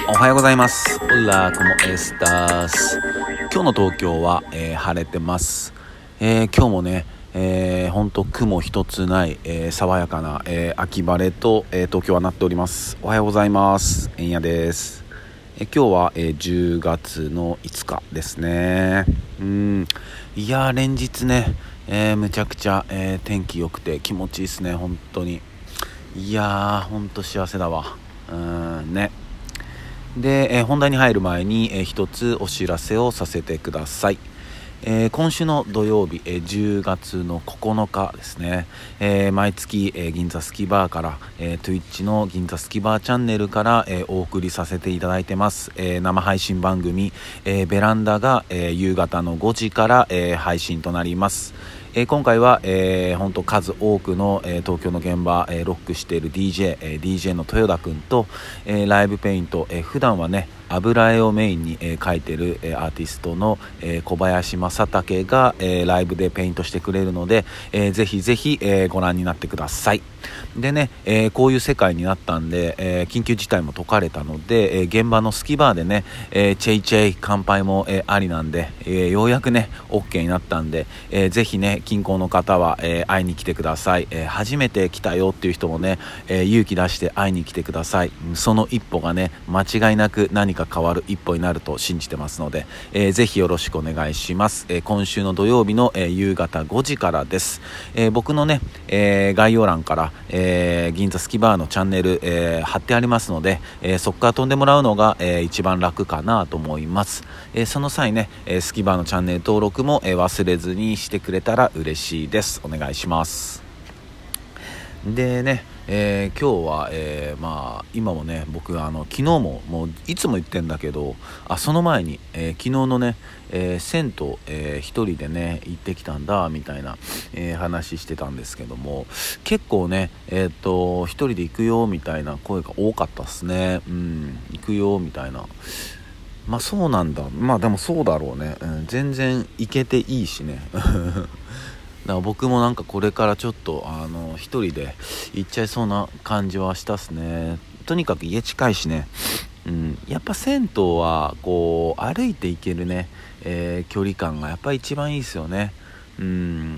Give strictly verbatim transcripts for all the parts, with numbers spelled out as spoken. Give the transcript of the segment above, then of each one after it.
おはようございます。オラコモエスタス。今日の東京は、えー、晴れてます。えー、今日もね、えー、ほんと雲一つない、えー、爽やかな、えー、秋晴れと、えー、東京はなっております。おはようございます。えんやです。えー、今日は、えー、じゅうがつのいつかですね。うんいやー連日ね、えー、むちゃくちゃ、えー、天気良くて気持ちいいですね。本当にいやーほんと幸せだわ。うんねで、えー、本題に入る前に、えー、一つお知らせをさせてください。えー、今週の土曜日、えー、じゅうがつのここのかですね、えー、毎月、えー、銀座スキバーから、えー、Twitch の銀座スキバーチャンネルから、えー、お送りさせていただいてます、えー、生配信番組、えー、ベランダが、えー、夕方のごじから、えー、配信となります。えー、今回は、えー、本当数多くの、えー、東京の現場、えー、ロックしている ディージェー、えー、ディージェー の豊田くんと、えー、ライブペイント、えー、普段はね油絵をメインに、えー、描いてる、えー、アーティストの、えー、小林正武が、えー、ライブでペイントしてくれるので、えー、ぜひぜひ、えー、ご覧になってください。でね、えー、こういう世界になったんで、えー、緊急事態も解かれたので、えー、現場のスキバーでね、えー、チェイチェイ乾杯も、えー、ありなんで、えー、ようやくね OK になったんで、えー、ぜひね近郊の方は、えー、会いに来てください。えー、初めて来たよっていう人もね、えー、勇気出して会いに来てください。その一歩がね間違いなく何か変わる一歩になると信じてますので、えー、ぜひよろしくお願いします。えー、今週の土曜日の、えー、夕方ごじからです。えー、僕のね、えー、概要欄から、えー、銀座スキバーのチャンネル、えー、貼ってありますので、えー、そこから飛んでもらうのが、えー、一番楽かなと思います。えー、その際ね、えー、スキバーのチャンネル登録も、えー、忘れずにしてくれたら嬉しいです。お願いします。でね、えー、今日は、えー、まあ今もね僕あの昨日ももういつも言ってんだけどあその前に、えー、昨日のね、えー、銭湯、えー、一人でね行ってきたんだみたいな、えー、話してたんですけども、結構ねえっと一人で行くよみたいな声が多かったっすね。うん行くよみたいな。まあそうなんだ。まあでもそうだろうね、うん、全然行けていいしねだから僕もなんかこれからちょっとあの一人で行っちゃいそうな感じはしたっすね。とにかく家近いしね、うん、やっぱ銭湯はこう歩いて行けるね、えー、距離感がやっぱ一番いいですよね。うん、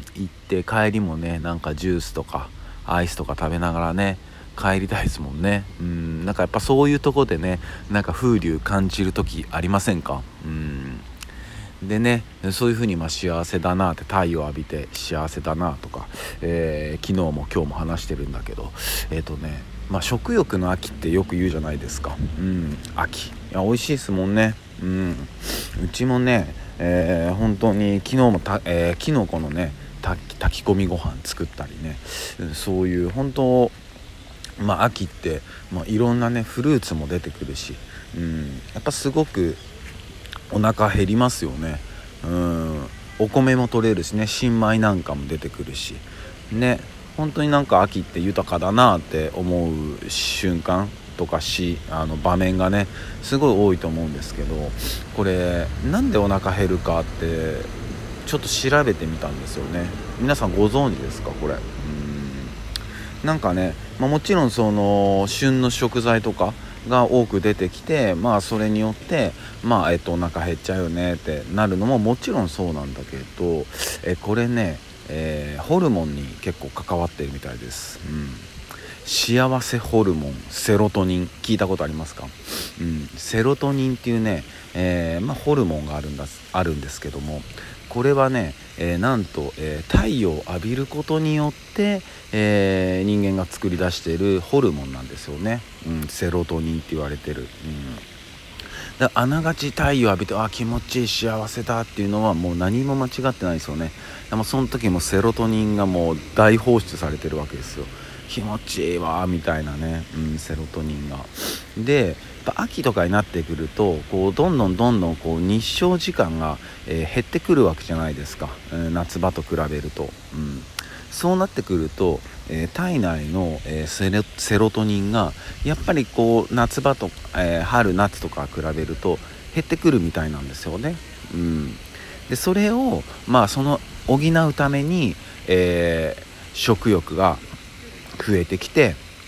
行って帰りもねなんかジュースとかアイスとか食べながらね帰りたいですもんね。うんなんかやっぱそういうとこでねなんか風流感じる時ありませんか？うんでねそういう風にまあ幸せだなって太陽浴びて幸せだなとか、えー、昨日も今日も話してるんだけどえっ、ー、とねまあ食欲の秋ってよく言うじゃないですか。うん秋いや美味しいですもんね。うんうちもね、えー、本当に昨日もた、えー、キノコのね炊き込みご飯作ったりね、そういう本当まあ秋って、まあ、いろんなねフルーツも出てくるし、うんやっぱすごくお腹減りますよね。うんお米も取れるしね新米なんかも出てくるしね、本当になんか秋って豊かだなって思う瞬間とかしあの場面がねすごい多いと思うんですけど、これなんでお腹減るかってちょっと調べてみたんですよね。皆さんご存知ですかこれ？うんなんかね、まあ、もちろんその旬の食材とかが多く出てきて、まあそれによってまあえっとお腹減っちゃうよねってなるのももちろんそうなんだけど、えこれね、えー、ホルモンに結構関わってるみたいです。うん、幸せホルモンセロトニン聞いたことありますか？うん、セロトニンっていうね、えーまあ、ホルモンがあるんだあるんですけども、これはね、えー、なんと、えー、太陽を浴びることによって、えー、人間が作り出しているホルモンなんですよね。うん、セロトニンって言われてる。うんであながち太陽浴びてあ気持ちいい幸せだっていうのはもう何も間違ってないですよね。でもその時もセロトニンがもう大放出されてるわけですよ。気持ちいいわみたいなね、うん、セロトニンが。でやっぱ秋とかになってくるとこうどんどんどんどんこう日照時間が、えー、減ってくるわけじゃないですか、えー、夏場と比べると、うん、そうなってくると、えー、体内の、えー、セレ、セロトニンがやっぱりこう夏場と、えー、春夏とか比べると減ってくるみたいなんですよね。うん、でそれをまあその補うために、えー、食欲が増えてきて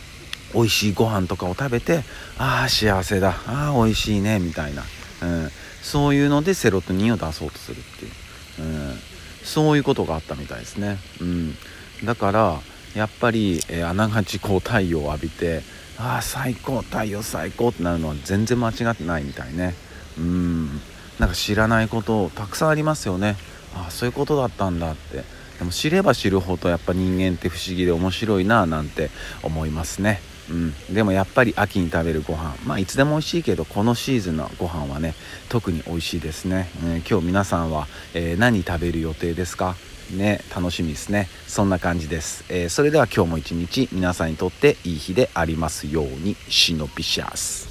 美味しいご飯とかを食べて、ああ幸せだ、ああ美味しいねみたいな、うん、そういうのでセロトニンを出そうとするっていう、うん、そういうことがあったみたいですね、うん、だからやっぱり、えー、あながちこう太陽を浴びて、ああ最高、太陽最高ってなるのは全然間違ってないみたいね。うん、なんか知らないことたくさんありますよね。ああそういうことだったんだって。でも知れば知るほどやっぱ人間って不思議で面白いななんて思いますね。うん、でもやっぱり秋に食べるご飯、まあいつでも美味しいけどこのシーズンのご飯はね特に美味しいですね、うん、今日皆さんは、えー、何食べる予定ですかね。楽しみですね。そんな感じです、えー、それでは今日も一日皆さんにとっていい日でありますように。シノピシャス。